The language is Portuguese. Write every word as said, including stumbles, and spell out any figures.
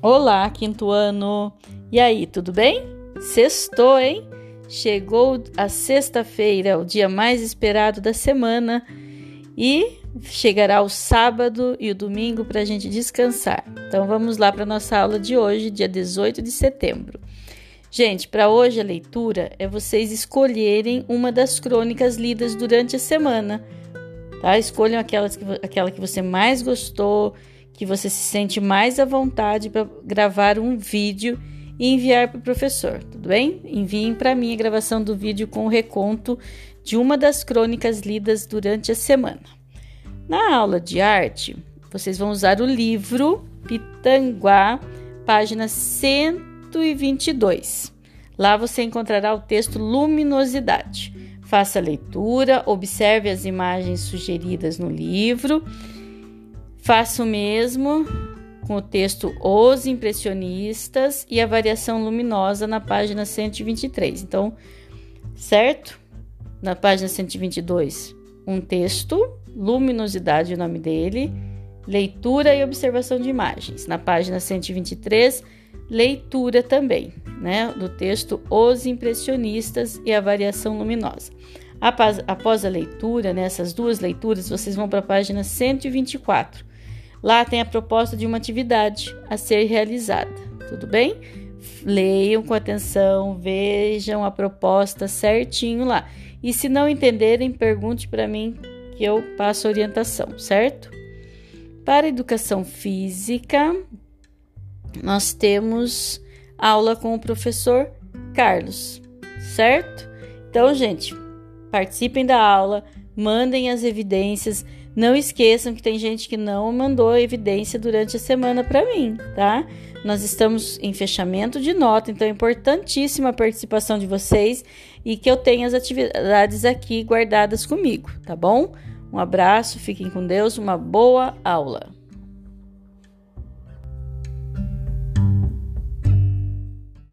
Olá, quinto ano! E aí, tudo bem? Sextou, hein? Chegou a sexta-feira, o dia mais esperado da semana, e chegará o sábado e o domingo para a gente descansar. Então vamos lá para a nossa aula de hoje, dia dezoito de setembro. Gente, para hoje a leitura é vocês escolherem uma das crônicas lidas durante a semana, tá? Escolham aquelas que, aquela que você mais gostou, que você se sente mais à vontade para gravar um vídeo e enviar para o professor, tudo bem? Enviem para mim a gravação do vídeo com o reconto de uma das crônicas lidas durante a semana. Na aula de arte, vocês vão usar o livro Pitanguá, página cento e vinte e dois. Lá você encontrará o texto Luminosidade. Faça a leitura, observe as imagens sugeridas no livro. Faça o mesmo com o texto Os Impressionistas e a variação luminosa na página cento e vinte e três. Então, certo? Na página cento e vinte e dois, um texto, Luminosidade, o nome dele, leitura e observação de imagens. Na página cento e vinte e três, leitura também, né? Do texto Os Impressionistas e a variação luminosa. Após, após a leitura, nessas né, duas leituras, vocês vão para a página cento e vinte e quatro. Lá tem a proposta de uma atividade a ser realizada, tudo bem? Leiam com atenção, vejam a proposta certinho lá. E se não entenderem, pergunte para mim que eu passo a orientação, certo? Para a educação física, nós temos aula com o professor Carlos, certo? Então, gente, participem da aula, mandem as evidências. Não esqueçam que tem gente que não mandou evidência durante a semana para mim, tá? Nós estamos em fechamento de nota, então é importantíssima a participação de vocês e que eu tenha as atividades aqui guardadas comigo, tá bom? Um abraço, fiquem com Deus, uma boa aula!